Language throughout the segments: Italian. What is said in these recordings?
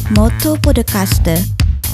Moto Podcast.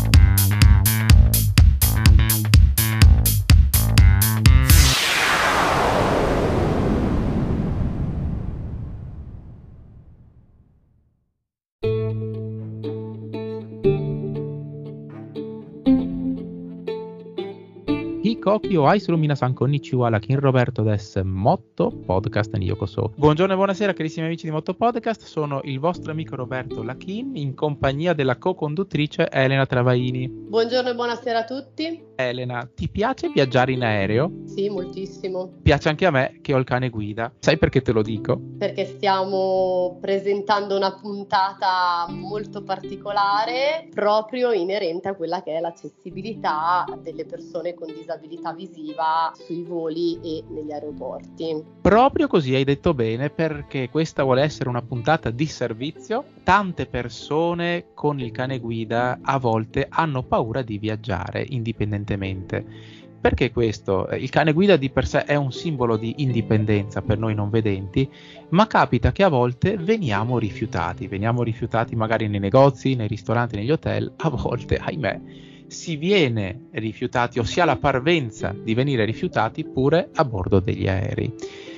Hikoki o Aisuru minasan konnichiwa, Lakin Roberto des Motto Podcast ni yokoso. Buongiorno e buonasera carissimi amici di Motto Podcast, sono il vostro amico Roberto Lakin in compagnia della co-conduttrice Elena Travaini. Buongiorno e buonasera a tutti. Elena, ti piace viaggiare in aereo? Sì, moltissimo. Piace anche a me che ho il cane guida. Sai perché te lo dico? Perché stiamo presentando una puntata molto particolare proprio inerente a quella che è l'accessibilità delle persone con disabilità visiva sui voli e negli aeroporti. Proprio così, hai detto bene, perché questa vuole essere una puntata di servizio. Tante persone con il cane guida a volte hanno paura di viaggiare indipendentemente. Perché questo? Il cane guida di per sé è un simbolo di indipendenza per noi non vedenti, ma capita che a volte veniamo rifiutati magari nei negozi, nei ristoranti, negli hotel, a volte, ahimè, si viene rifiutati o si ha la parvenza di venire rifiutati pure a bordo degli aerei.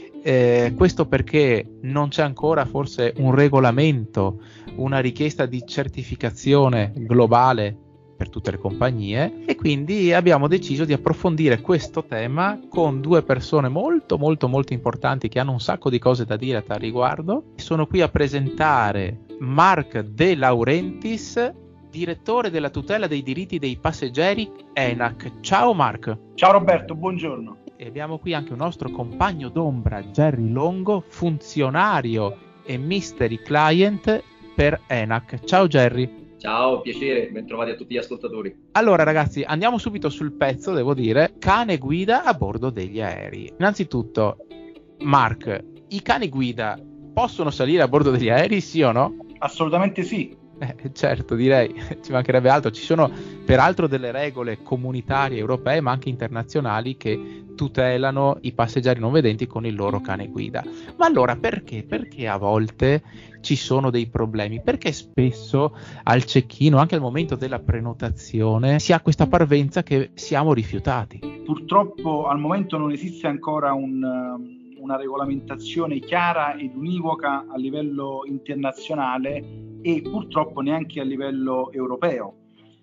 Questo perché non c'è ancora forse un regolamento, una richiesta di certificazione globale per tutte le compagnie, e quindi abbiamo deciso di approfondire questo tema con due persone molto importanti che hanno un sacco di cose da dire a tal riguardo. Sono qui a presentare Marc De Laurentiis, direttore della tutela dei diritti dei passeggeri ENAC. Ciao Marc. Ciao Roberto, buongiorno. E abbiamo qui anche un nostro compagno d'ombra, Gerry Longo, funzionario e mystery client per ENAC. Ciao Gerry. Ciao, piacere, bentrovati a tutti gli ascoltatori. Allora ragazzi, andiamo subito sul pezzo, devo dire, cane guida a bordo degli aerei. Innanzitutto, Marc, i cani guida possono salire a bordo degli aerei, sì o no? Assolutamente sì. Certo, direi, ci mancherebbe altro. Ci sono peraltro delle regole comunitarie europee ma anche internazionali che tutelano i passeggeri non vedenti con il loro cane guida. Ma allora perché? Perché a volte ci sono dei problemi? Perché spesso al check-in o anche al momento della prenotazione si ha questa parvenza che siamo rifiutati? Purtroppo al momento non esiste ancora una regolamentazione chiara ed univoca a livello internazionale e purtroppo neanche a livello europeo,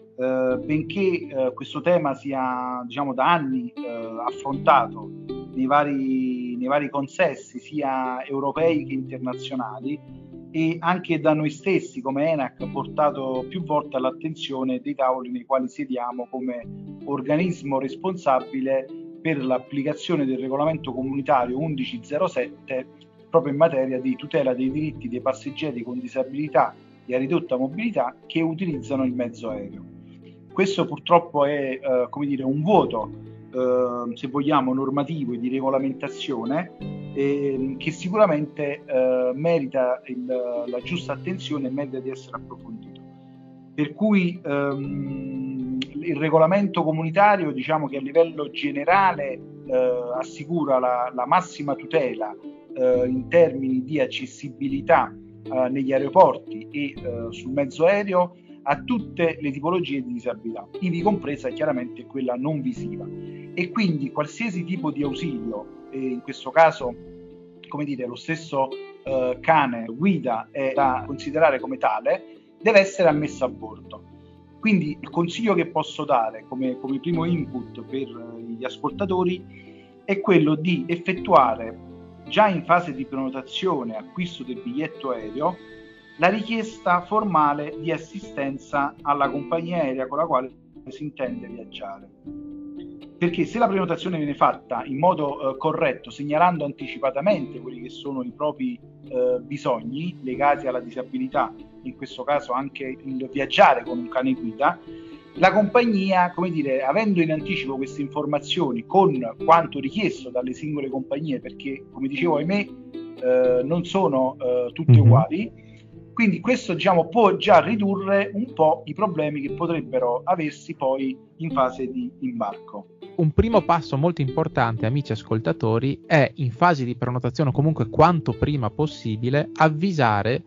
benché questo tema sia da anni affrontato nei vari consessi sia europei che internazionali, e anche da noi stessi come ENAC portato più volte all'attenzione dei tavoli nei quali sediamo come organismo responsabile per l'applicazione del regolamento comunitario 1107 proprio in materia di tutela dei diritti dei passeggeri con disabilità e a ridotta mobilità che utilizzano il mezzo aereo. Questo purtroppo è un vuoto, se vogliamo, normativo e di regolamentazione che sicuramente merita la giusta attenzione e merita di essere approfondito. Per cui il regolamento comunitario, che a livello generale assicura la massima tutela in termini di accessibilità negli aeroporti e sul mezzo aereo a tutte le tipologie di disabilità, ivi compresa chiaramente quella non visiva, e quindi qualsiasi tipo di ausilio, in questo caso lo stesso cane guida è da considerare come tale, deve essere ammesso a bordo. Quindi il consiglio che posso dare come primo input per gli ascoltatori è quello di effettuare già in fase di prenotazione e acquisto del biglietto aereo la richiesta formale di assistenza alla compagnia aerea con la quale si intende viaggiare. Perché se la prenotazione viene fatta in modo corretto, segnalando anticipatamente quelli che sono i propri bisogni legati alla disabilità, in questo caso anche il viaggiare con un cane guida, la compagnia, avendo in anticipo queste informazioni con quanto richiesto dalle singole compagnie, perché come dicevo, ahimè, non sono tutte uguali, quindi questo può già ridurre un po' i problemi che potrebbero aversi poi in fase di imbarco. Un primo passo molto importante, amici ascoltatori, è in fase di prenotazione o comunque quanto prima possibile avvisare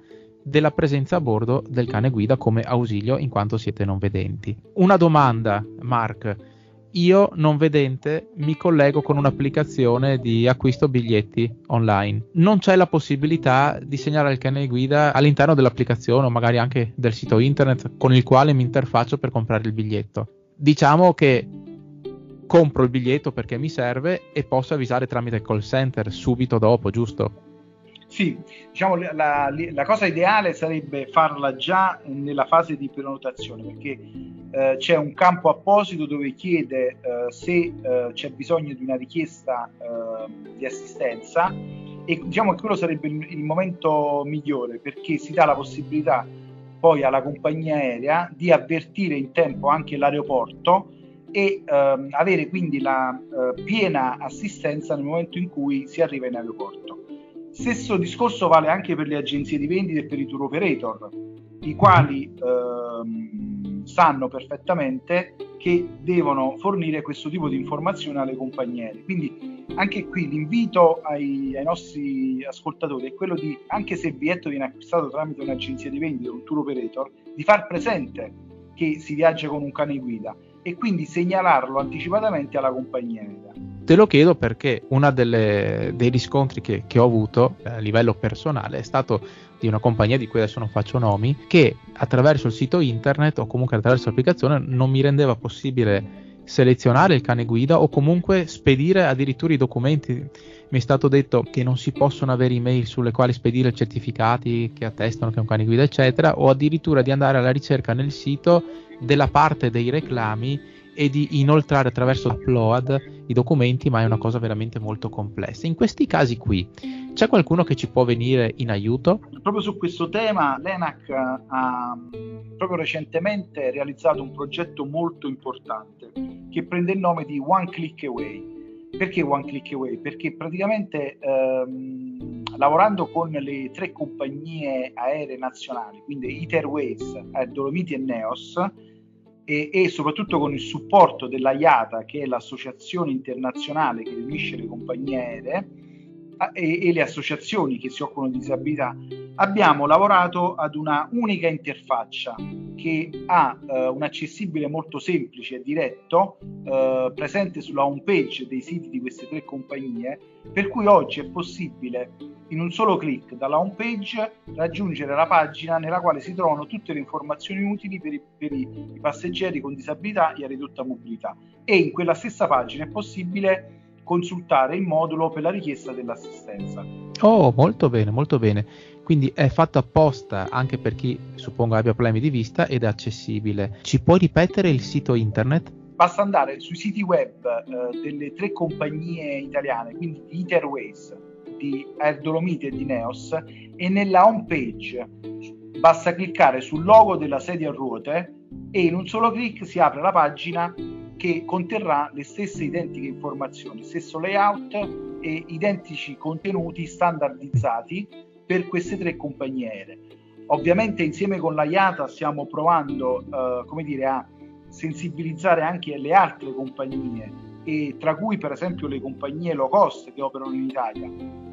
della presenza a bordo del cane guida come ausilio in quanto siete non vedenti. Una domanda, Mark. Io non vedente mi collego con un'applicazione di acquisto biglietti online. Non c'è la possibilità di segnalare il cane guida all'interno dell'applicazione o magari anche del sito internet con il quale mi interfaccio per comprare il biglietto. Diciamo che compro il biglietto perché mi serve e posso avvisare tramite call center subito dopo, giusto? Sì, diciamo la cosa ideale sarebbe farla già nella fase di prenotazione, perché c'è un campo apposito dove chiede se c'è bisogno di una richiesta di assistenza, e diciamo che quello sarebbe il momento migliore, perché si dà la possibilità poi alla compagnia aerea di avvertire in tempo anche l'aeroporto e avere quindi la piena assistenza nel momento in cui si arriva in aeroporto. Stesso discorso vale anche per le agenzie di vendita e per i tour operator, i quali sanno perfettamente che devono fornire questo tipo di informazioni alle compagnie aeree. Quindi anche qui l'invito ai nostri ascoltatori è quello di, anche se il biglietto viene acquistato tramite un'agenzia di vendita o un tour operator, di far presente che si viaggia con un cane guida e quindi segnalarlo anticipatamente alla compagnia aerea. Te lo chiedo perché uno dei riscontri che ho avuto a livello personale è stato di una compagnia di cui adesso non faccio nomi, che attraverso il sito internet o comunque attraverso l'applicazione non mi rendeva possibile selezionare il cane guida o comunque spedire addirittura i documenti. Mi è stato detto che non si possono avere email sulle quali spedire certificati che attestano che è un cane guida eccetera, o addirittura di andare alla ricerca nel sito della parte dei reclami e di inoltrare attraverso upload i documenti, ma è una cosa veramente molto complessa. In questi casi qui c'è qualcuno che ci può venire in aiuto? Proprio su questo tema l'ENAC ha proprio recentemente realizzato un progetto molto importante che prende il nome di One Click Away. Perché One Click Away? Perché praticamente lavorando con le 3 compagnie aeree nazionali, quindi Ita Airways, Air Dolomiti e Neos, e soprattutto con il supporto della IATA, che è l'associazione internazionale che riunisce le compagnie aeree e le associazioni che si occupano di disabilità, abbiamo lavorato ad una unica interfaccia che ha un accessibile molto semplice e diretto presente sulla home page dei siti di queste 3 compagnie, per cui oggi è possibile in un solo clic dalla home page raggiungere la pagina nella quale si trovano tutte le informazioni utili per i passeggeri con disabilità e a ridotta mobilità, e in quella stessa pagina è possibile consultare il modulo per la richiesta dell'assistenza. Oh, molto bene, molto bene. Quindi è fatto apposta anche per chi suppongo abbia problemi di vista ed è accessibile. Ci puoi ripetere il sito internet? Basta andare sui siti web delle 3 compagnie italiane, quindi di Ita Airways, di Air Dolomiti e di Neos, e nella home page basta cliccare sul logo della sedia a ruote e in un solo clic si apre la pagina che conterrà le stesse identiche informazioni, stesso layout e identici contenuti standardizzati per queste 3 compagnie aeree. Ovviamente insieme con la IATA stiamo provando a sensibilizzare anche le altre compagnie, e tra cui per esempio le compagnie low cost che operano in Italia.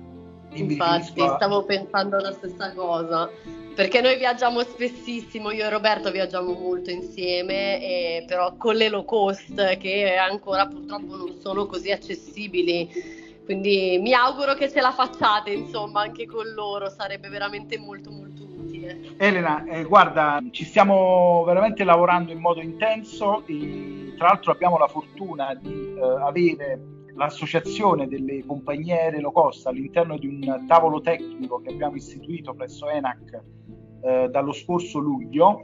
Infatti stavo pensando la stessa cosa, perché noi viaggiamo spessissimo, io e Roberto viaggiamo molto insieme, però con le low cost che ancora purtroppo non sono così accessibili, quindi mi auguro che ce la facciate, insomma, anche con loro, sarebbe veramente molto molto utile. Elena, guarda, ci stiamo veramente lavorando in modo intenso e tra l'altro abbiamo la fortuna di avere l'associazione delle compagnie aeree low cost all'interno di un tavolo tecnico che abbiamo istituito presso ENAC dallo scorso luglio.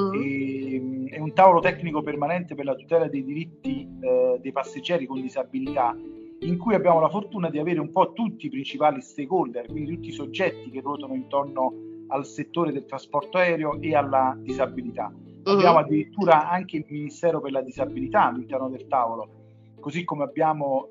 È un tavolo tecnico permanente per la tutela dei diritti dei passeggeri con disabilità, in cui abbiamo la fortuna di avere un po' tutti i principali stakeholder, quindi tutti i soggetti che ruotano intorno al settore del trasporto aereo e alla disabilità. Abbiamo addirittura anche il Ministero per la Disabilità all'interno del tavolo, così come abbiamo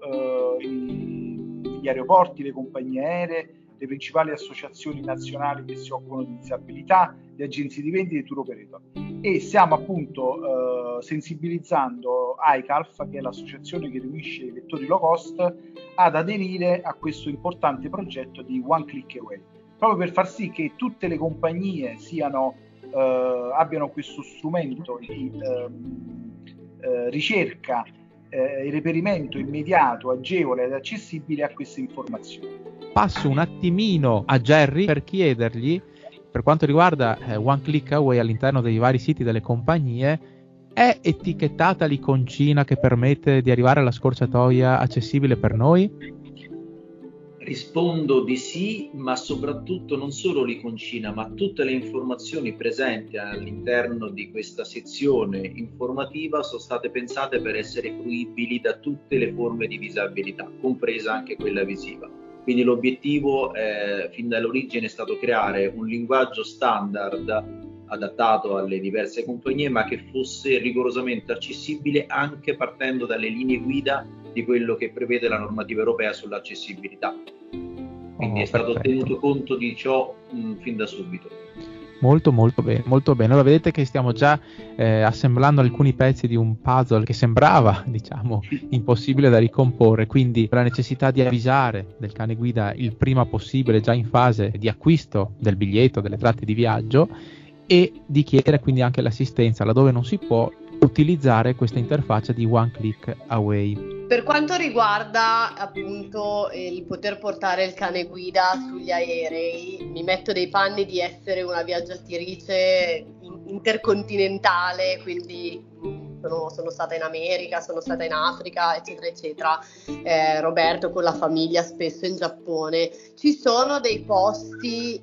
gli aeroporti, le compagnie aeree, le principali associazioni nazionali che si occupano di disabilità, le agenzie di vendita e i tour operator. E stiamo appunto sensibilizzando ICALF, che è l'associazione che riunisce i vettori low cost, ad aderire a questo importante progetto di One Click Away. proprio per far sì che tutte le compagnie abbiano questo strumento di ricerca e reperimento immediato, agevole ed accessibile a queste informazioni. Passo un attimino a Jerry per chiedergli, per quanto riguarda One Click Away all'interno dei vari siti delle compagnie, è etichettata l'iconcina che permette di arrivare alla scorciatoia accessibile per noi? Rispondo di sì, ma soprattutto non solo l'iconcina, ma tutte le informazioni presenti all'interno di questa sezione informativa sono state pensate per essere fruibili da tutte le forme di disabilità, compresa anche quella visiva. Quindi l'obiettivo fin dall'origine è stato creare un linguaggio standard adattato alle diverse compagnie, ma che fosse rigorosamente accessibile anche partendo dalle linee guida di quello che prevede la normativa europea sull'accessibilità. Quindi è stato tenuto conto di ciò fin da subito. Molto bene, molto bene. Allora vedete che stiamo già assemblando alcuni pezzi di un puzzle che sembrava, diciamo, impossibile da ricomporre, quindi la necessità di avvisare del cane guida il prima possibile, già in fase di acquisto del biglietto, delle tratte di viaggio, e di chiedere quindi anche l'assistenza laddove non si può utilizzare questa interfaccia di One Click Away. Per quanto riguarda appunto il poter portare il cane guida sugli aerei, mi metto nei panni di essere una viaggiatrice intercontinentale, quindi sono stata in America, sono stata in Africa, eccetera, eccetera. Roberto con la famiglia spesso in Giappone. Ci sono dei posti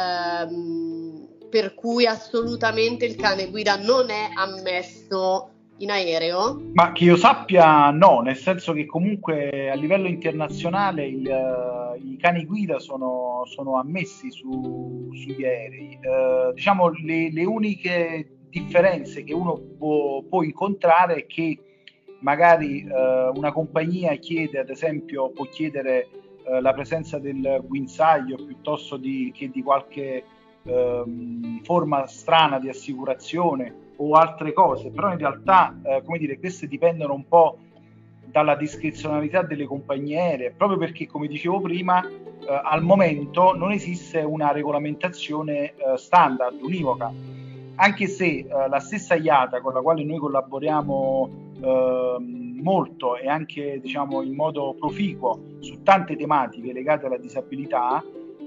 per cui assolutamente il cane guida non è ammesso in aereo? Ma che io sappia no, nel senso che comunque a livello internazionale i cani guida sono ammessi sugli aerei. Diciamo le uniche differenze che uno può incontrare è che magari una compagnia chiede, ad esempio, può chiedere la presenza del guinzaglio piuttosto che di qualche forma strana di assicurazione o altre cose, però in realtà queste dipendono un po' dalla discrezionalità delle compagnie aeree, proprio perché, come dicevo prima, al momento non esiste una regolamentazione standard, univoca, anche se la stessa IATA, con la quale noi collaboriamo molto e anche diciamo in modo proficuo su tante tematiche legate alla disabilità,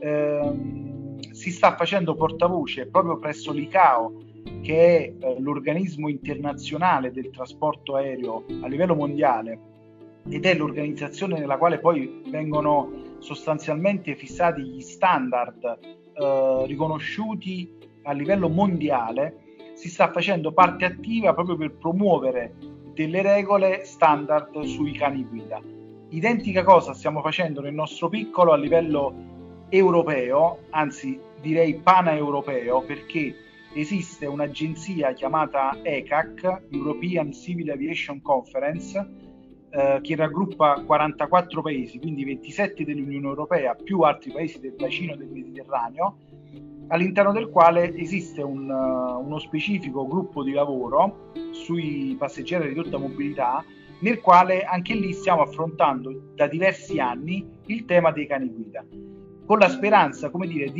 si sta facendo portavoce proprio presso l'ICAO, che è l'organismo internazionale del trasporto aereo a livello mondiale ed è l'organizzazione nella quale poi vengono sostanzialmente fissati gli standard riconosciuti a livello mondiale. Si sta facendo parte attiva proprio per promuovere delle regole standard sui cani guida. Identica cosa stiamo facendo nel nostro piccolo a livello europeo, anzi direi paneuropeo, perché esiste un'agenzia chiamata ECAC, European Civil Aviation Conference, che raggruppa 44 paesi, quindi 27 dell'Unione Europea più altri paesi del bacino del Mediterraneo, all'interno del quale esiste uno specifico gruppo di lavoro sui passeggeri a ridotta mobilità, nel quale anche lì stiamo affrontando da diversi anni il tema dei cani guida, con la speranza,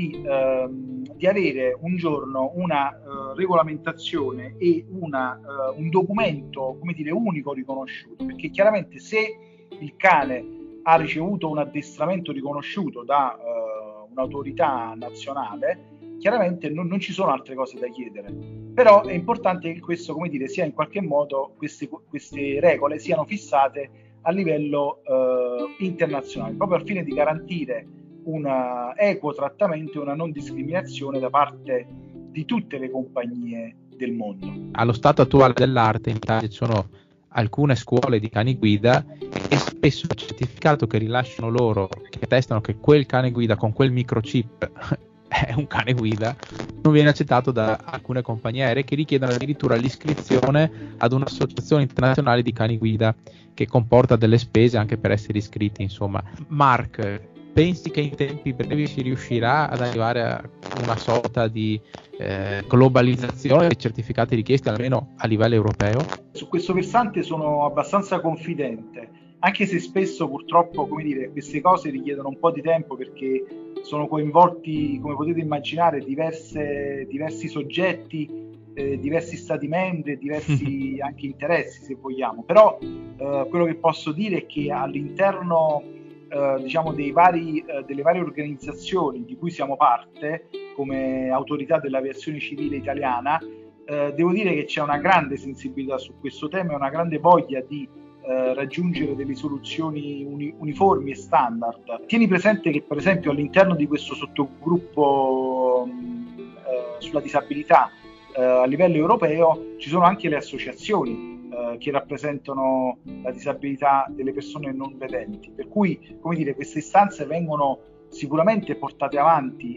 di avere un giorno una regolamentazione e un documento, unico riconosciuto, perché chiaramente se il cane ha ricevuto un addestramento riconosciuto da un'autorità nazionale, chiaramente non ci sono altre cose da chiedere, però è importante che questo, sia in qualche modo queste regole siano fissate a livello internazionale, proprio al fine di garantire un equo trattamento e una non discriminazione da parte di tutte le compagnie del mondo. Allo stato attuale dell'arte in Italia ci sono alcune scuole di cani guida e spesso il certificato che rilasciano loro, che attestano che quel cane guida con quel microchip è un cane guida, non viene accettato da alcune compagnie aeree, che richiedono addirittura l'iscrizione ad un'associazione internazionale di cani guida, che comporta delle spese anche per essere iscritti, insomma. Mark, pensi che in tempi brevi si riuscirà ad arrivare a una sorta di globalizzazione dei certificati richiesti, almeno a livello europeo? Su questo versante sono abbastanza confidente, anche se spesso purtroppo queste cose richiedono un po' di tempo, perché sono coinvolti, come potete immaginare, diversi soggetti, diversi stati membri, diversi anche interessi, se vogliamo. Però quello che posso dire è che all'interno diciamo delle varie organizzazioni di cui siamo parte come autorità dell'aviazione civile italiana, devo dire che c'è una grande sensibilità su questo tema e una grande voglia di raggiungere delle soluzioni uniformi e standard. Tieni presente che per esempio all'interno di questo sottogruppo sulla disabilità a livello europeo ci sono anche le associazioni che rappresentano la disabilità delle persone non vedenti, per cui, come dire, queste istanze vengono sicuramente portate avanti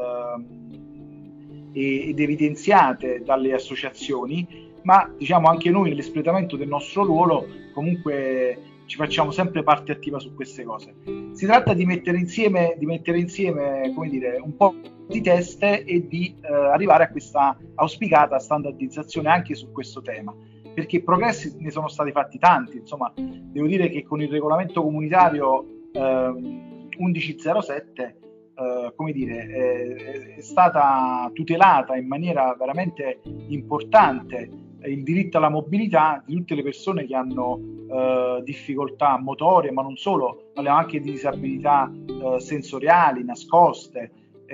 ed evidenziate dalle associazioni, ma diciamo anche noi nell'espletamento del nostro ruolo comunque ci facciamo sempre parte attiva su queste cose. Si tratta di mettere insieme come dire, un po' di teste e di arrivare a questa auspicata standardizzazione anche su questo tema, perché progressi ne sono stati fatti tanti. Insomma, devo dire che con il regolamento comunitario 1107 come dire, è stata tutelata in maniera veramente importante il diritto alla mobilità di tutte le persone che hanno difficoltà motorie, ma non solo, parliamo anche di disabilità sensoriali, nascoste.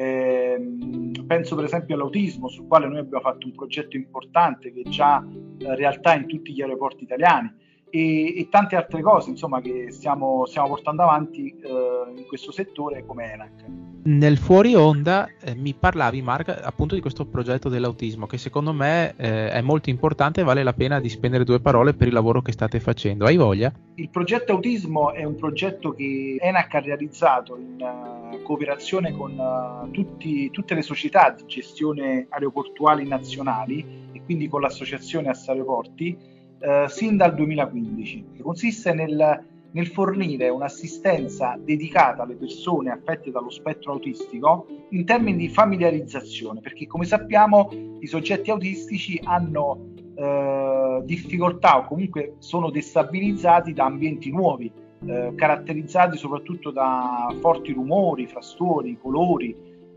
Penso per esempio all'autismo, sul quale noi abbiamo fatto un progetto importante che è già realtà in tutti gli aeroporti italiani, e tante altre cose, insomma, che stiamo portando avanti in questo settore come ENAC. Nel fuori onda mi parlavi, Mark, appunto di questo progetto dell'autismo, che secondo me è molto importante e vale la pena di spendere 2 parole per il lavoro che state facendo. Hai voglia? Il progetto autismo è un progetto che ENAC ha realizzato in cooperazione con tutte le società di gestione aeroportuali nazionali e quindi con l'associazione Assaeroporti sin dal 2015. Consiste nel fornire un'assistenza dedicata alle persone affette dallo spettro autistico in termini di familiarizzazione, perché come sappiamo i soggetti autistici hanno difficoltà o comunque sono destabilizzati da ambienti nuovi, caratterizzati soprattutto da forti rumori, frastuoni, colori,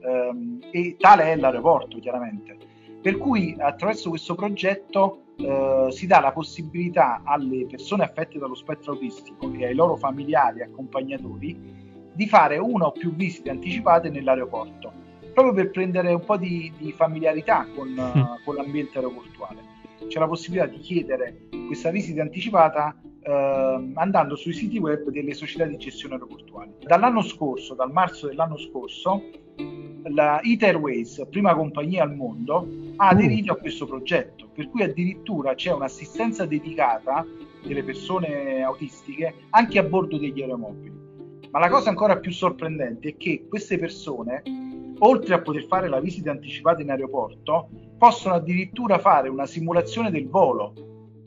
e tale è l'aeroporto, chiaramente. Per cui attraverso questo progetto si dà la possibilità alle persone affette dallo spettro autistico e ai loro familiari e accompagnatori di fare una o più visite anticipate nell'aeroporto, proprio per prendere un po' di familiarità con l'ambiente aeroportuale. C'è la possibilità di chiedere questa visita anticipata andando sui siti web delle società di gestione aeroportuali. Dal marzo dell'anno scorso, la ITA Airways, prima compagnia al mondo, ha aderito a questo progetto, per cui addirittura c'è un'assistenza dedicata delle persone autistiche anche a bordo degli aeromobili. Ma la cosa ancora più sorprendente è che queste persone, oltre a poter fare la visita anticipata in aeroporto, possono addirittura fare una simulazione del volo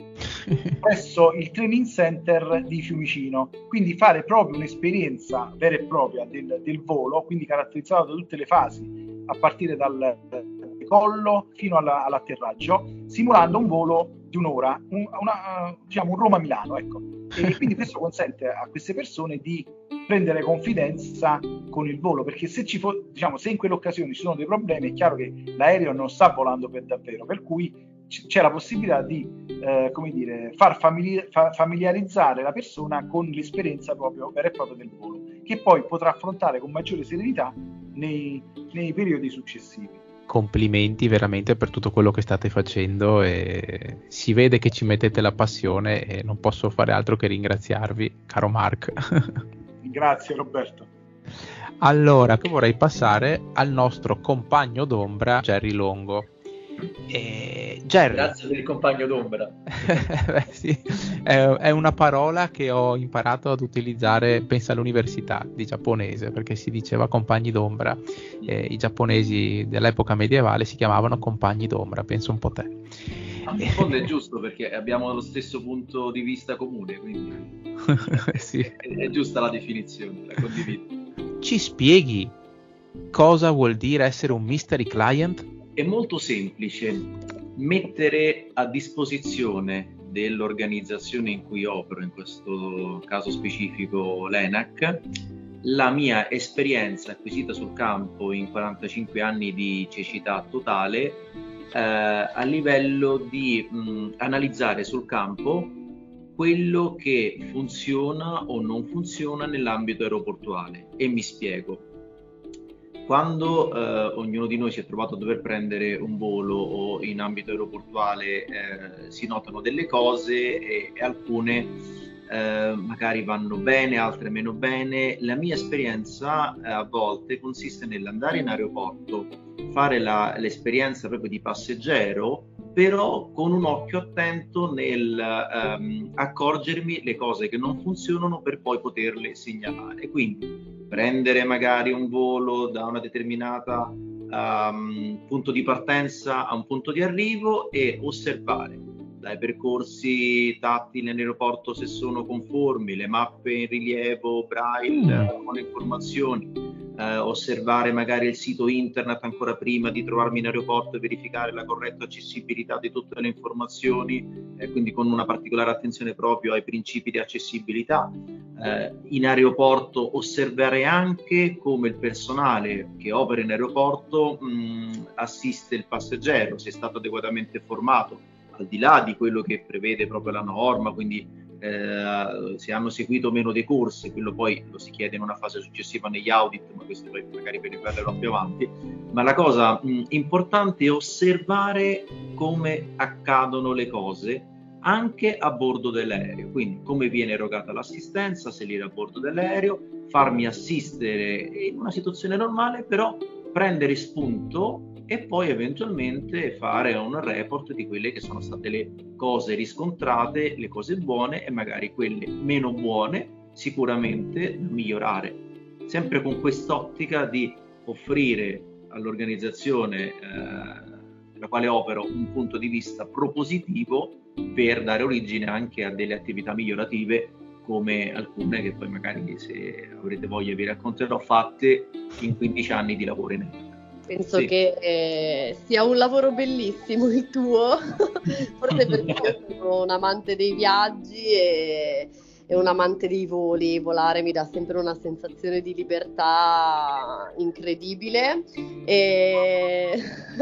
presso il training center di Fiumicino, quindi fare proprio un'esperienza vera e propria del volo, quindi caratterizzata da tutte le fasi a partire dal decollo fino all'atterraggio, simulando un volo di un'ora, diciamo un Roma-Milano, ecco. E quindi questo consente a queste persone di prendere confidenza con il volo, perché se se in quell'occasione ci sono dei problemi, è chiaro che l'aereo non sta volando per davvero, per cui c'è la possibilità di far familiarizzare la persona con l'esperienza proprio vera e propria del volo, che poi potrà affrontare con maggiore serenità nei periodi successivi. Complimenti veramente per tutto quello che state facendo, e si vede che ci mettete la passione, e non posso fare altro che ringraziarvi, caro Mark. Grazie Roberto. Allora, vorrei passare al nostro compagno d'ombra Gerry Longo. Gerry, grazie per il compagno d'ombra. Beh, sì, è una parola che ho imparato ad utilizzare, penso all'università di giapponese, perché si diceva compagni d'ombra, i giapponesi dell'epoca medievale si chiamavano compagni d'ombra, penso un po' te. In fondo è giusto, perché abbiamo lo stesso punto di vista comune, quindi sì. è giusta la definizione, la condivido. Ci spieghi cosa vuol dire essere un mystery client? È molto semplice: mettere a disposizione dell'organizzazione in cui opero, in questo caso specifico l'ENAC, la mia esperienza acquisita sul campo in 45 anni di cecità totale, a livello di analizzare sul campo quello che funziona o non funziona nell'ambito aeroportuale. E mi spiego. Quando ognuno di noi si è trovato a dover prendere un volo o in ambito aeroportuale, si notano delle cose e alcune magari vanno bene, altre meno bene. La mia esperienza a volte consiste nell'andare in aeroporto, fare l'esperienza proprio di passeggero, però con un occhio attento nel accorgermi le cose che non funzionano per poi poterle segnalare. Quindi prendere magari un volo da una determinata punto di partenza a un punto di arrivo e osservare dai percorsi tattili nell'aeroporto se sono conformi, le mappe in rilievo, braille con informazioni, osservare magari il sito internet ancora prima di trovarmi in aeroporto e verificare la corretta accessibilità di tutte le informazioni, quindi con una particolare attenzione proprio ai principi di accessibilità. In aeroporto osservare anche come il personale che opera in aeroporto assiste il passeggero, se è stato adeguatamente formato, al di là di quello che prevede proprio la norma, quindi se hanno seguito meno dei corsi, quello poi lo si chiede in una fase successiva negli audit, ma questo poi magari ve ne parlerò più avanti. Ma la cosa importante è osservare come accadono le cose anche a bordo dell'aereo, quindi come viene erogata l'assistenza se l'era a bordo dell'aereo, farmi assistere in una situazione normale, però prendere spunto e poi eventualmente fare un report di quelle che sono state le cose riscontrate, le cose buone e magari quelle meno buone, sicuramente da migliorare, sempre con quest'ottica di offrire all'organizzazione nella quale opero un punto di vista propositivo per dare origine anche a delle attività migliorative, come alcune che poi magari, se avrete voglia, vi racconterò, fatte in 15 anni di lavoro in aereo. Penso che sia un lavoro bellissimo il tuo, forse perché io sono un amante dei viaggi e un amante dei voli. Volare mi dà sempre una sensazione di libertà incredibile e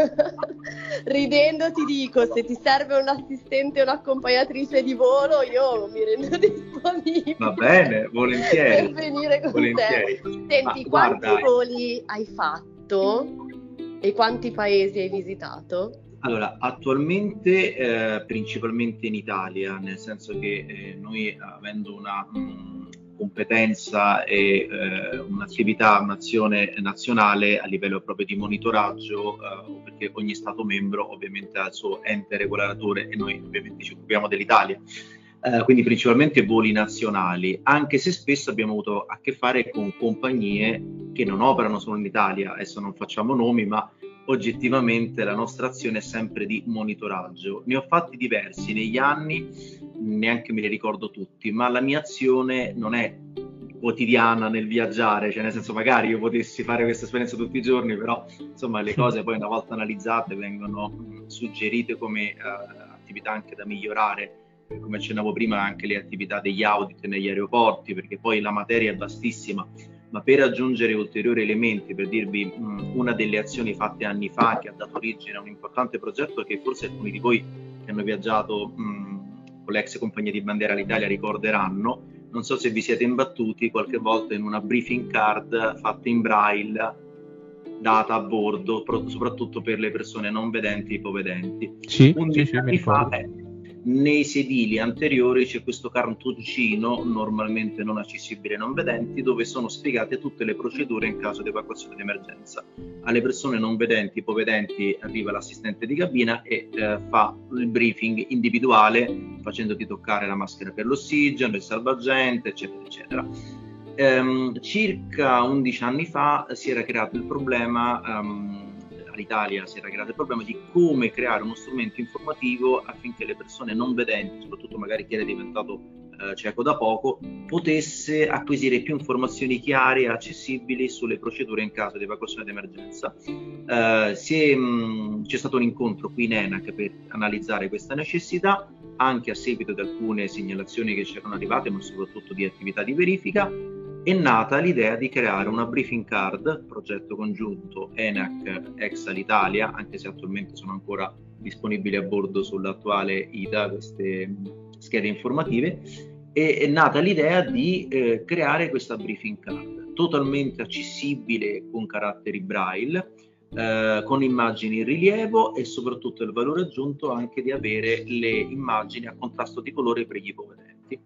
ridendo ti dico, se ti serve un assistente o un'accompagnatrice di volo, io mi rendo disponibile. Va bene, volentieri. Per venire con volentieri. te. Senti, quanti voli hai fatto? E quanti paesi hai visitato? Allora, attualmente principalmente in Italia, nel senso che noi, avendo una competenza e un'attività, un'azione nazionale a livello proprio di monitoraggio, perché ogni Stato membro ovviamente ha il suo ente regolatore e noi ovviamente ci occupiamo dell'Italia. Quindi principalmente voli nazionali, anche se spesso abbiamo avuto a che fare con compagnie che non operano solo in Italia. Adesso non facciamo nomi, ma oggettivamente la nostra azione è sempre di monitoraggio. Ne ho fatti diversi negli anni, neanche me li ricordo tutti, ma la mia azione non è quotidiana nel viaggiare, cioè nel senso, magari io potessi fare questa esperienza tutti i giorni, però insomma le cose poi una volta analizzate vengono suggerite come attività anche da migliorare. Come accennavo prima, anche le attività degli audit negli aeroporti, perché poi la materia è vastissima, ma per aggiungere ulteriori elementi, per dirvi una delle azioni fatte anni fa che ha dato origine a un importante progetto che forse alcuni di voi che hanno viaggiato con l'ex compagnia di bandiera all'Italia ricorderanno. Non so se vi siete imbattuti qualche volta in una briefing card fatta in braille, data a bordo, soprattutto per le persone non vedenti e ipovedenti. Sì, 11 anni fa, nei sedili anteriori c'è questo cartoncino, normalmente non accessibile ai non vedenti, dove sono spiegate tutte le procedure in caso di evacuazione d'emergenza. Alle persone non vedenti, ipovedenti, arriva l'assistente di cabina e fa il briefing individuale, facendoti toccare la maschera per l'ossigeno, il salvagente, eccetera, eccetera. Circa 11 anni fa si era creato il problema, all'Italia si era creato il problema di come creare uno strumento informativo affinché le persone non vedenti, soprattutto magari chi era diventato cieco da poco, potesse acquisire più informazioni chiare e accessibili sulle procedure in caso di evacuazione d'emergenza. C'è stato un incontro qui in ENAC per analizzare questa necessità, anche a seguito di alcune segnalazioni che c'erano arrivate, ma soprattutto di attività di verifica. è nata l'idea di creare una briefing card, progetto congiunto ENAC ex Alitalia, anche se attualmente sono ancora disponibili a bordo sull'attuale ITA queste schede informative. È nata l'idea di creare questa briefing card totalmente accessibile con caratteri braille, con immagini in rilievo, e soprattutto il valore aggiunto anche di avere le immagini a contrasto di colore per gli ipovedenti.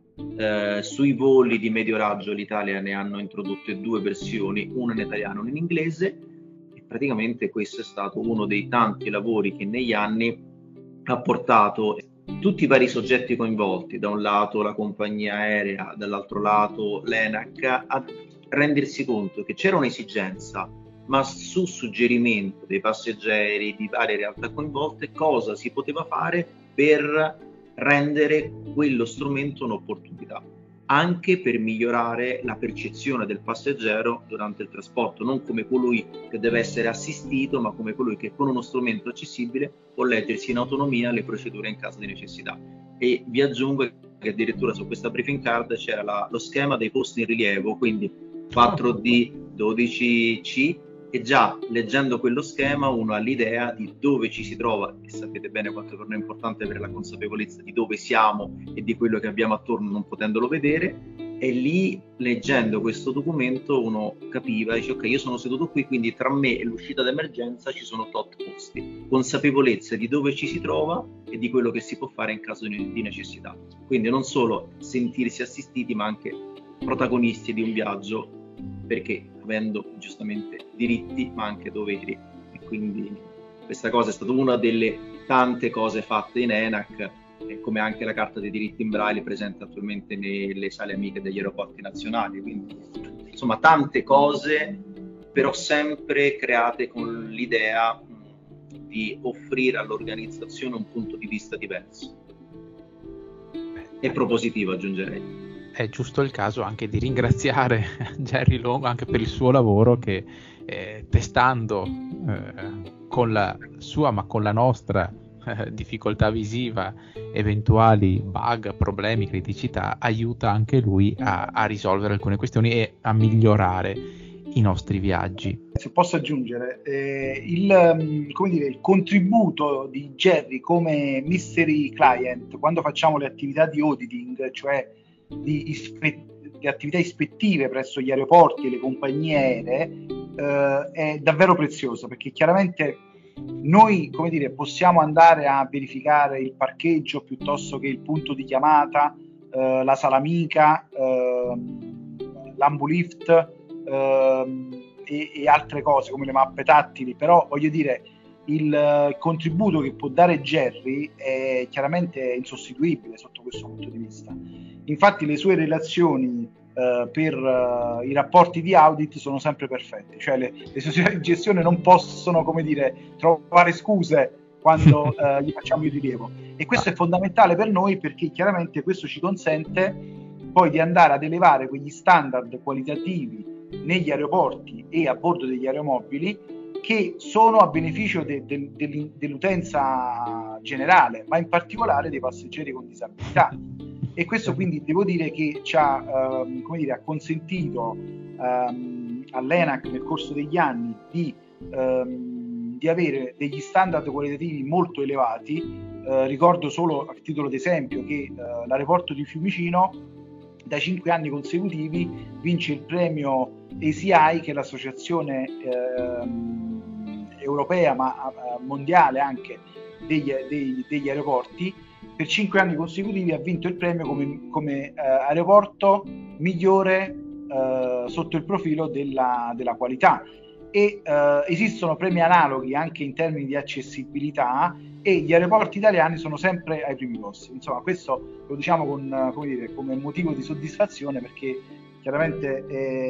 Sui voli di medio raggio l'Italia ne hanno introdotte 2 versioni, una in italiano e una in inglese, e praticamente questo è stato uno dei tanti lavori che negli anni ha portato tutti i vari soggetti coinvolti, da un lato la compagnia aerea, dall'altro lato l'ENAC, a rendersi conto che c'era un'esigenza, ma su suggerimento dei passeggeri, di varie realtà coinvolte, cosa si poteva fare per rendere quello strumento un'opportunità, anche per migliorare la percezione del passeggero durante il trasporto, non come colui che deve essere assistito, ma come colui che con uno strumento accessibile può leggersi in autonomia le procedure in caso di necessità. E vi aggiungo che addirittura su questa briefing card c'era lo schema dei posti in rilievo, quindi 4D, 12C, e già leggendo quello schema uno ha l'idea di dove ci si trova, e sapete bene quanto per noi è importante avere la consapevolezza di dove siamo e di quello che abbiamo attorno non potendolo vedere, e lì leggendo questo documento uno capiva, dice ok, io sono seduto qui, quindi tra me e l'uscita d'emergenza ci sono tot posti, consapevolezza di dove ci si trova e di quello che si può fare in caso di necessità, quindi non solo sentirsi assistiti ma anche protagonisti di un viaggio, perché avendo giustamente diritti ma anche doveri, e quindi questa cosa è stata una delle tante cose fatte in ENAC, come anche la carta dei diritti in braille presente attualmente nelle sale amiche degli aeroporti nazionali, quindi insomma tante cose, però sempre create con l'idea di offrire all'organizzazione un punto di vista diverso e propositivo, aggiungerei. È giusto il caso anche di ringraziare Jerry Longo anche per il suo lavoro che testando con la sua ma con la nostra difficoltà visiva, eventuali bug, problemi, criticità, aiuta anche lui a risolvere alcune questioni e a migliorare i nostri viaggi. Se posso aggiungere, il contributo di Jerry come mystery client quando facciamo le attività di auditing, cioè di attività ispettive presso gli aeroporti e le compagnie aeree, è davvero prezioso, perché chiaramente noi, possiamo andare a verificare il parcheggio piuttosto che il punto di chiamata, la sala amica, l'ambulift e altre cose come le mappe tattili, però voglio dire, il contributo che può dare Jerry è chiaramente insostituibile sotto questo punto di vista. Infatti le sue relazioni per i rapporti di audit sono sempre perfette, cioè le società di gestione non possono trovare scuse quando gli facciamo il rilievo, e questo è fondamentale per noi, perché chiaramente questo ci consente poi di andare ad elevare quegli standard qualitativi negli aeroporti e a bordo degli aeromobili che sono a beneficio dell'utenza generale, ma in particolare dei passeggeri con disabilità. E questo quindi devo dire che ci ha, ha consentito all'ENAC nel corso degli anni di avere degli standard qualitativi molto elevati. Ricordo solo a titolo d'esempio che l'aeroporto di Fiumicino da 5 anni consecutivi vince il premio ACI, che è l'associazione europea ma mondiale anche degli aeroporti. Per 5 anni consecutivi ha vinto il premio come aeroporto migliore sotto il profilo della qualità, e esistono premi analoghi anche in termini di accessibilità, e gli aeroporti italiani sono sempre ai primi posti. Insomma, questo lo diciamo come motivo di soddisfazione, perché chiaramente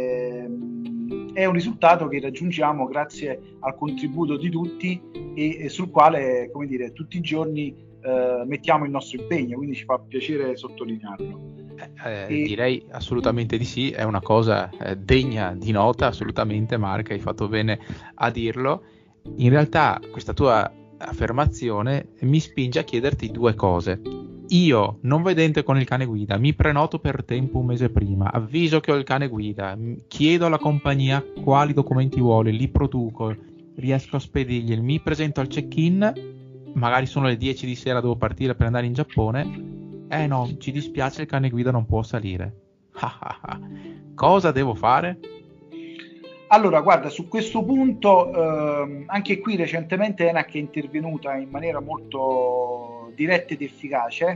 è un risultato che raggiungiamo grazie al contributo di tutti e sul quale tutti i giorni mettiamo il nostro impegno, quindi ci fa piacere sottolinearlo. Direi assolutamente di sì, è una cosa degna di nota, assolutamente. Marco, hai fatto bene a dirlo. In realtà questa tua affermazione mi spinge a chiederti 2 cose. io, non vedente con il cane guida, mi prenoto per tempo un mese prima, avviso che ho il cane guida, chiedo alla compagnia quali documenti vuole, li produco, riesco a spedirgli, mi presento al check-in, magari sono le 10 di sera, devo partire per andare in Giappone, no, ci dispiace, il cane guida non può salire. Cosa devo fare? Allora, guarda, su questo punto anche qui recentemente ENAC è intervenuta in maniera molto diretta ed efficace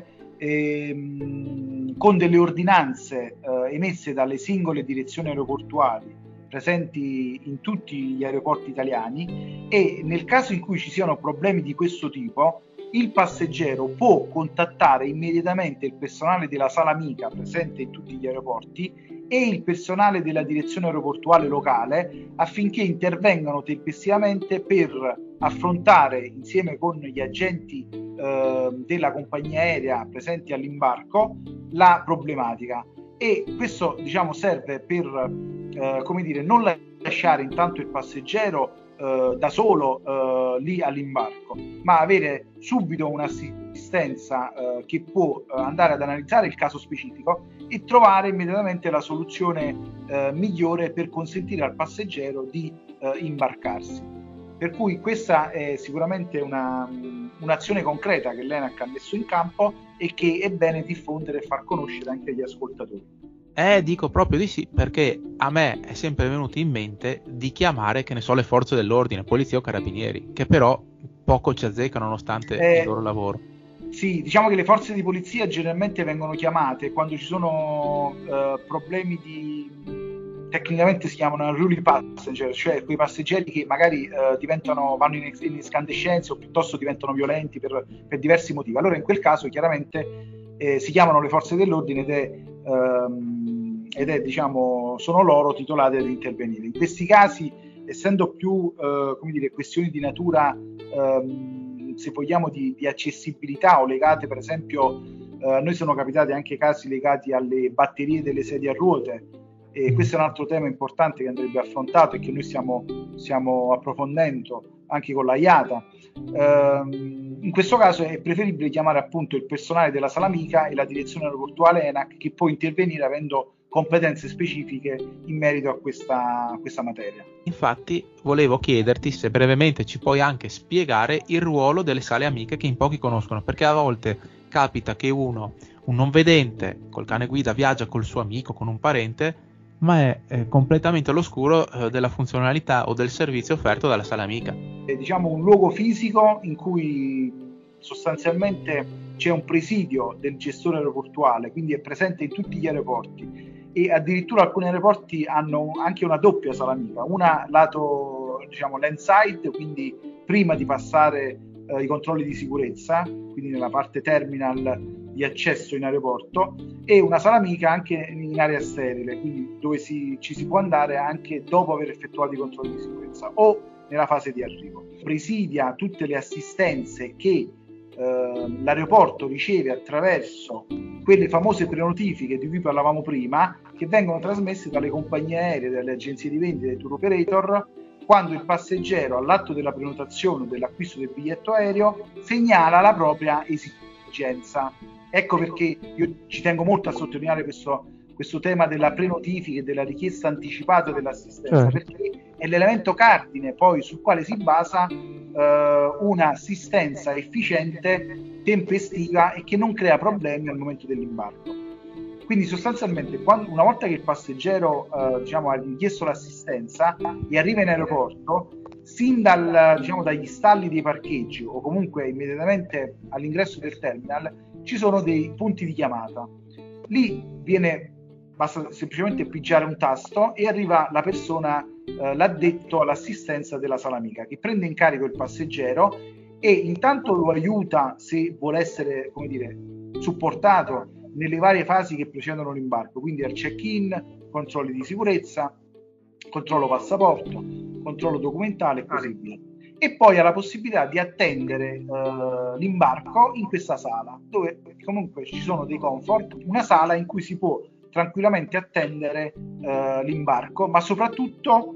con delle ordinanze emesse dalle singole direzioni aeroportuali presenti in tutti gli aeroporti italiani, e nel caso in cui ci siano problemi di questo tipo il passeggero può contattare immediatamente il personale della sala amica presente in tutti gli aeroporti e il personale della direzione aeroportuale locale affinché intervengano tempestivamente per affrontare insieme con gli agenti della compagnia aerea presenti all'imbarco la problematica. E questo, diciamo, serve per non lasciare intanto il passeggero da solo lì all'imbarco, ma avere subito un'assistenza che può andare ad analizzare il caso specifico e trovare immediatamente la soluzione migliore per consentire al passeggero di imbarcarsi. Per cui questa è sicuramente un'azione concreta che l'ENAC ha messo in campo e che è bene diffondere e far conoscere anche agli ascoltatori. Dico proprio di sì, perché a me è sempre venuto in mente di chiamare, che ne so, le forze dell'ordine, polizia o carabinieri, che però poco ci azzeccano nonostante il loro lavoro. Sì, diciamo che le forze di polizia generalmente vengono chiamate quando ci sono problemi tecnicamente si chiamano unruly passenger, cioè quei passeggeri che magari vanno in escandescenza o piuttosto diventano violenti per diversi motivi. Allora in quel caso chiaramente si chiamano le forze dell'ordine ed è diciamo sono loro titolati ad intervenire. In questi casi, essendo più questioni di natura se vogliamo di accessibilità o legate, per esempio a noi sono capitati anche casi legati alle batterie delle sedie a ruote, e questo è un altro tema importante che andrebbe affrontato e che noi stiamo approfondendo anche con la IATA. In questo caso è preferibile chiamare appunto il personale della sala amica e la direzione aeroportuale ENAC, che può intervenire avendo competenze specifiche in merito a questa materia. Infatti volevo chiederti se brevemente ci puoi anche spiegare il ruolo delle sale amiche, che in pochi conoscono, perché a volte capita che un non vedente col cane guida viaggia col suo amico, con un parente, ma è completamente all'oscuro della funzionalità o del servizio offerto dalla sala amica. È diciamo un luogo fisico in cui sostanzialmente c'è un presidio del gestore aeroportuale, quindi è presente in tutti gli aeroporti, e addirittura alcuni aeroporti hanno anche una doppia sala amica, una lato diciamo landside, quindi prima di passare i controlli di sicurezza, quindi nella parte terminal di accesso in aeroporto, e una sala amica anche in area sterile, quindi dove ci si può andare anche dopo aver effettuato i controlli di sicurezza o nella fase di arrivo. Presidia tutte le assistenze che l'aeroporto riceve attraverso quelle famose prenotifiche di cui parlavamo prima, che vengono trasmesse dalle compagnie aeree, dalle agenzie di vendita, dai tour operator, quando il passeggero all'atto della prenotazione o dell'acquisto del biglietto aereo segnala la propria esigenza. Ecco perché io ci tengo molto a sottolineare questo tema della prenotifica e della richiesta anticipata dell'assistenza, perché è l'elemento cardine poi sul quale si basa un'assistenza efficiente, tempestiva e che non crea problemi al momento dell'imbarco. Quindi sostanzialmente una volta che il passeggero ha richiesto l'assistenza e arriva in aeroporto, sin dagli stalli dei parcheggi o comunque immediatamente all'ingresso del terminal ci sono dei punti di chiamata. Lì basta semplicemente pigiare un tasto e arriva la persona, l'addetto all'assistenza della sala amica, che prende in carico il passeggero e intanto lo aiuta se vuole essere supportato nelle varie fasi che precedono l'imbarco, quindi al check-in, controlli di sicurezza, controllo passaporto, controllo documentale e così via. E poi ha la possibilità di attendere l'imbarco in questa sala, dove comunque ci sono dei comfort, una sala in cui si può tranquillamente attendere l'imbarco, ma soprattutto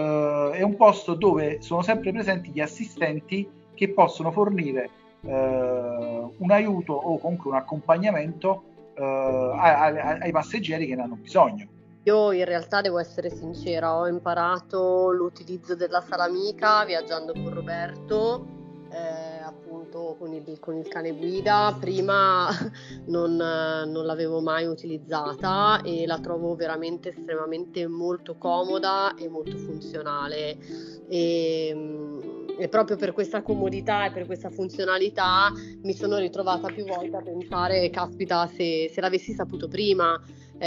è un posto dove sono sempre presenti gli assistenti che possono fornire un un aiuto o comunque un accompagnamento ai passeggeri che ne hanno bisogno. Io in realtà devo essere sincera, ho imparato l'utilizzo della sala amica viaggiando con Roberto, appunto con il cane guida. Prima non l'avevo mai utilizzata e la trovo veramente estremamente molto comoda e molto funzionale. E proprio per questa comodità e per questa funzionalità mi sono ritrovata più volte a pensare, caspita, se l'avessi saputo prima.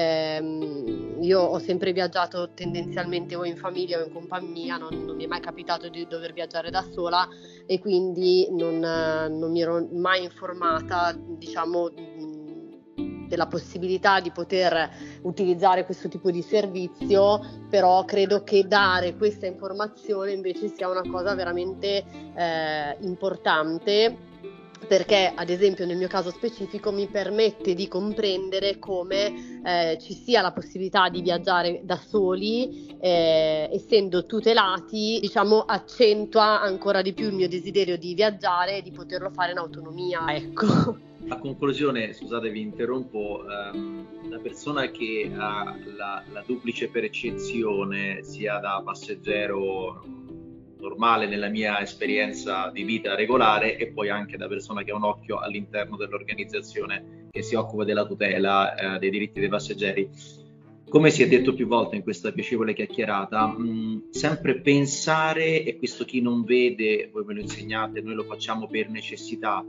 Io ho sempre viaggiato tendenzialmente o in famiglia o in compagnia, non mi è mai capitato di dover viaggiare da sola e quindi non mi ero mai informata, diciamo, della possibilità di poter utilizzare questo tipo di servizio, però credo che dare questa informazione invece sia una cosa veramente importante, perché ad esempio nel mio caso specifico mi permette di comprendere come ci sia la possibilità di viaggiare da soli, essendo tutelati, diciamo, accentua ancora di più il mio desiderio di viaggiare e di poterlo fare in autonomia, ecco. A conclusione, scusate vi interrompo, la persona che ha la duplice percezione sia da passeggero normale nella mia esperienza di vita regolare e poi anche da persona che ha un occhio all'interno dell'organizzazione che si occupa della tutela dei diritti dei passeggeri. Come si è detto più volte in questa piacevole chiacchierata, sempre pensare, e questo chi non vede, voi me lo insegnate, noi lo facciamo per necessità,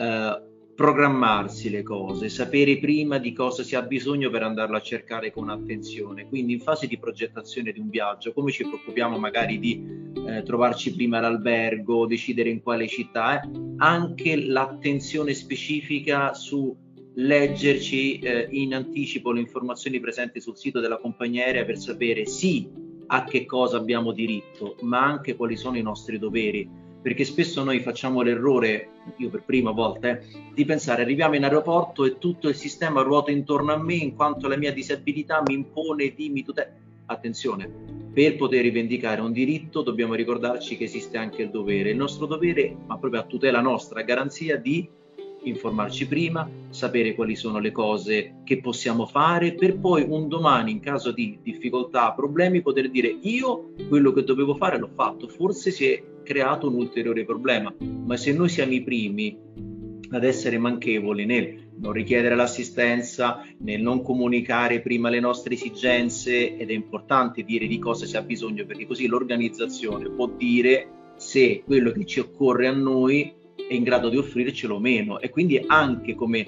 programmarsi le cose, sapere prima di cosa si ha bisogno per andarlo a cercare con attenzione. Quindi in fase di progettazione di un viaggio, come ci preoccupiamo magari di trovarci prima l'albergo, decidere in quale città, anche l'attenzione specifica su leggerci in anticipo le informazioni presenti sul sito della compagnia aerea per sapere sì a che cosa abbiamo diritto, ma anche quali sono i nostri doveri. Perché spesso noi facciamo l'errore, io per prima volta, di pensare arriviamo in aeroporto e tutto il sistema ruota intorno a me in quanto la mia disabilità mi impone di mi tutela. Attenzione, per poter rivendicare un diritto dobbiamo ricordarci che esiste anche il dovere. Il nostro dovere, ma proprio a tutela nostra, a garanzia di informarci prima, sapere quali sono le cose che possiamo fare, per poi un domani, in caso di difficoltà, problemi, poter dire io quello che dovevo fare l'ho fatto, forse si è creato un ulteriore problema, ma se noi siamo i primi ad essere manchevoli nel non richiedere l'assistenza, nel non comunicare prima le nostre esigenze, ed è importante dire di cosa si ha bisogno perché così l'organizzazione può dire se quello che ci occorre a noi è in grado di offrircelo o meno, e quindi anche come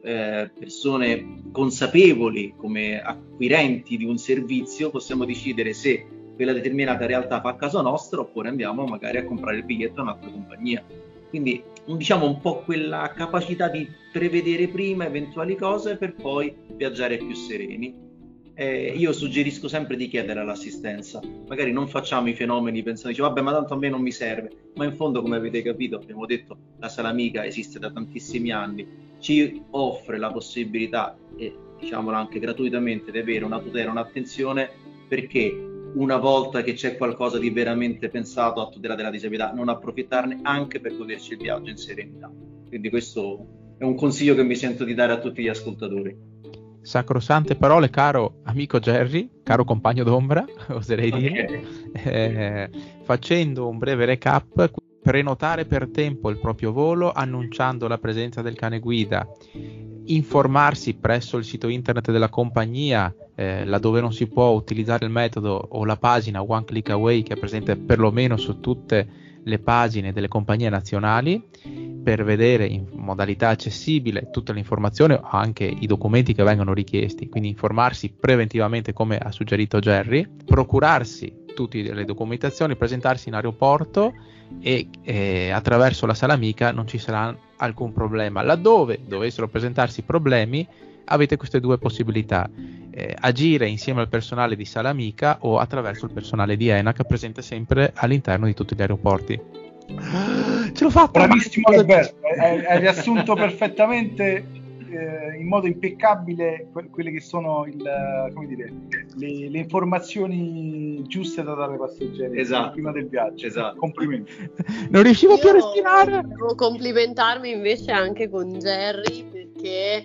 persone consapevoli, come acquirenti di un servizio, possiamo decidere se quella determinata realtà fa caso nostro oppure andiamo magari a comprare il biglietto a un'altra compagnia. Quindi diciamo un po' quella capacità di prevedere prima eventuali cose per poi viaggiare più sereni. Io suggerisco sempre di chiedere l'assistenza, magari non facciamo i fenomeni pensando, dice, vabbè ma tanto a me non mi serve, ma in fondo come avete capito, abbiamo detto, la sala amica esiste da tantissimi anni, ci offre la possibilità, e diciamolo anche gratuitamente, di avere una tutela, un'attenzione, perché una volta che c'è qualcosa di veramente pensato a tutela della disabilità, non approfittarne anche per goderci il viaggio in serenità. Quindi questo è un consiglio che mi sento di dare a tutti gli ascoltatori. Sacrosante parole, caro amico Jerry, caro compagno d'ombra, oserei dire. Facendo un breve recap, prenotare per tempo il proprio volo annunciando la presenza del cane guida, informarsi presso il sito internet della compagnia laddove non si può utilizzare il metodo o la pagina One Click Away che è presente perlomeno su tutte le pagine delle compagnie nazionali per vedere in modalità accessibile tutte le informazioni o anche i documenti che vengono richiesti, quindi informarsi preventivamente come ha suggerito Jerry, procurarsi tutte le documentazioni, presentarsi in aeroporto e attraverso la sala amica non ci sarà alcun problema. Laddove dovessero presentarsi problemi avete queste due possibilità: agire insieme al personale di sala amica o attraverso il personale di ENAC presente sempre all'interno di tutti gli aeroporti. Ce l'ho fatta! Bravissimo Alberto, hai riassunto perfettamente in modo impeccabile quelle che sono le informazioni giuste da dare ai passeggeri prima del viaggio. Esatto. Complimenti. Non riuscivo più a respirare. Devo complimentarmi invece anche con Jerry, perché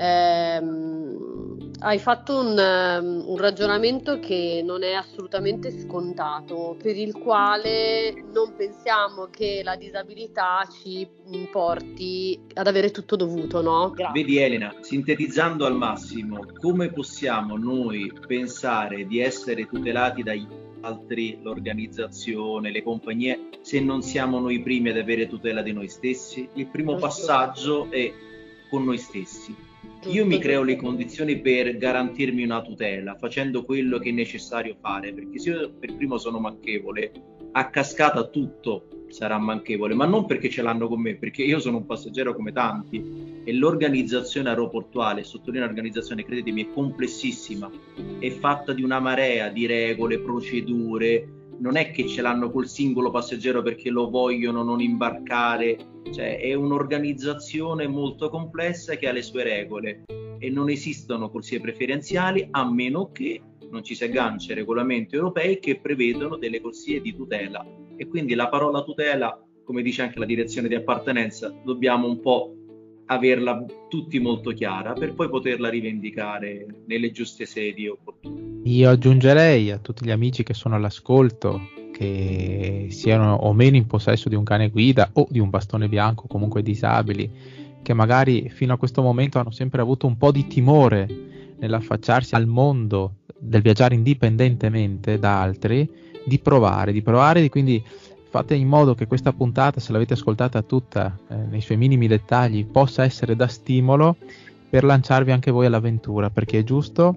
hai fatto un ragionamento che non è assolutamente scontato, per il quale non pensiamo che la disabilità ci porti ad avere tutto dovuto, no? Grazie. Vedi Elena, sintetizzando al massimo, come possiamo noi pensare di essere tutelati dagli altri, l'organizzazione, le compagnie, se non siamo noi primi ad avere tutela di noi stessi? Il primo passaggio è con noi stessi. Io mi creo le condizioni per garantirmi una tutela facendo quello che è necessario fare, perché se io per primo sono manchevole, a cascata tutto sarà manchevole, ma non perché ce l'hanno con me, perché io sono un passeggero come tanti e l'organizzazione aeroportuale, sottolineo l'organizzazione, credetemi, è complessissima, è fatta di una marea di regole, procedure, non è che ce l'hanno col singolo passeggero perché lo vogliono non imbarcare, cioè è un'organizzazione molto complessa che ha le sue regole e non esistono corsie preferenziali a meno che non ci si aggancia ai regolamenti europei che prevedono delle corsie di tutela, e quindi la parola tutela, come dice anche la direzione di appartenenza, dobbiamo un po' averla tutti molto chiara per poi poterla rivendicare nelle giuste sedi opportune. Io aggiungerei a tutti gli amici che sono all'ascolto, che siano o meno in possesso di un cane guida o di un bastone bianco, comunque disabili, che magari fino a questo momento hanno sempre avuto un po' di timore nell'affacciarsi al mondo del viaggiare indipendentemente da altri, di provare, quindi fate in modo che questa puntata, se l'avete ascoltata tutta nei suoi minimi dettagli, possa essere da stimolo per lanciarvi anche voi all'avventura, perché è giusto,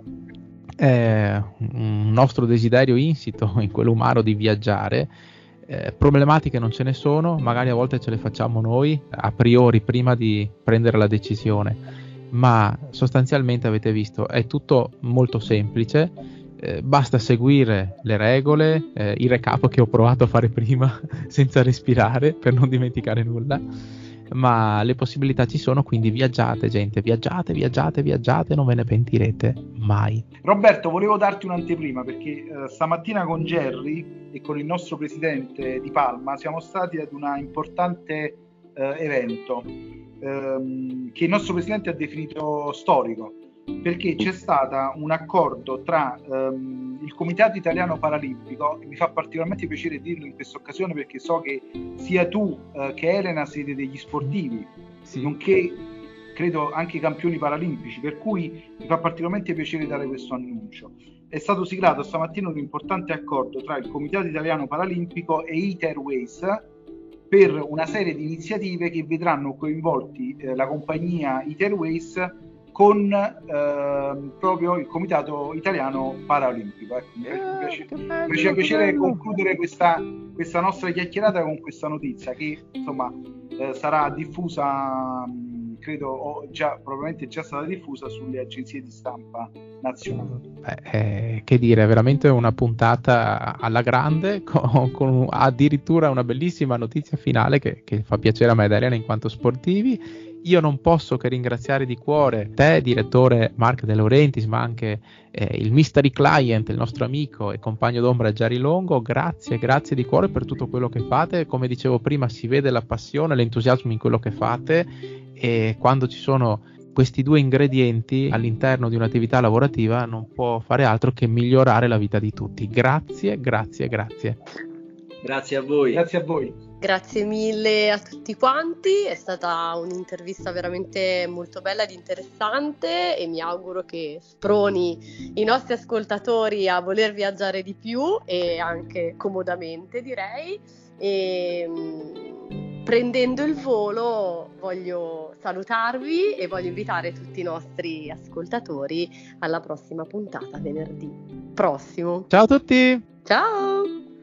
è un nostro desiderio insito in quello umano di viaggiare. Problematiche non ce ne sono, magari a volte ce le facciamo noi a priori prima di prendere la decisione, ma sostanzialmente avete visto è tutto molto semplice. Basta seguire le regole, il recap che ho provato a fare prima senza respirare per non dimenticare nulla, ma le possibilità ci sono, quindi viaggiate gente, viaggiate, non ve ne pentirete mai. Roberto, volevo darti un'anteprima perché stamattina con Jerry e con il nostro presidente di Palma siamo stati ad un importante evento che il nostro presidente ha definito storico, perché c'è stato un accordo tra il Comitato Italiano Paralimpico, e mi fa particolarmente piacere dirlo in questa occasione perché so che sia tu che Elena siete degli sportivi, sì, nonché credo anche campioni paralimpici, per cui mi fa particolarmente piacere dare questo annuncio. È stato siglato stamattina un importante accordo tra il Comitato Italiano Paralimpico e IT Airways per una serie di iniziative che vedranno coinvolti la compagnia IT Airways con proprio il Comitato Italiano Paralimpico. Ecco, mi faceva piacere concludere questa nostra chiacchierata con questa notizia che insomma sarà diffusa, credo probabilmente già stata diffusa sulle agenzie di stampa nazionali. Che dire, veramente una puntata alla grande con addirittura una bellissima notizia finale che fa piacere a me ed Elena in quanto sportivi. Io non posso che ringraziare di cuore te, direttore Mark De Laurentiis, ma anche il mystery client, il nostro amico e compagno d'ombra Jerry Longo. Grazie di cuore per tutto quello che fate. Come dicevo prima, si vede la passione, l'entusiasmo in quello che fate, e quando ci sono questi due ingredienti all'interno di un'attività lavorativa non può fare altro che migliorare la vita di tutti. Grazie. Grazie a voi. Grazie a voi. Grazie mille a tutti quanti, è stata un'intervista veramente molto bella ed interessante e mi auguro che sproni i nostri ascoltatori a voler viaggiare di più e anche comodamente, direi. E prendendo il volo voglio salutarvi e voglio invitare tutti i nostri ascoltatori alla prossima puntata venerdì prossimo. Ciao a tutti! Ciao!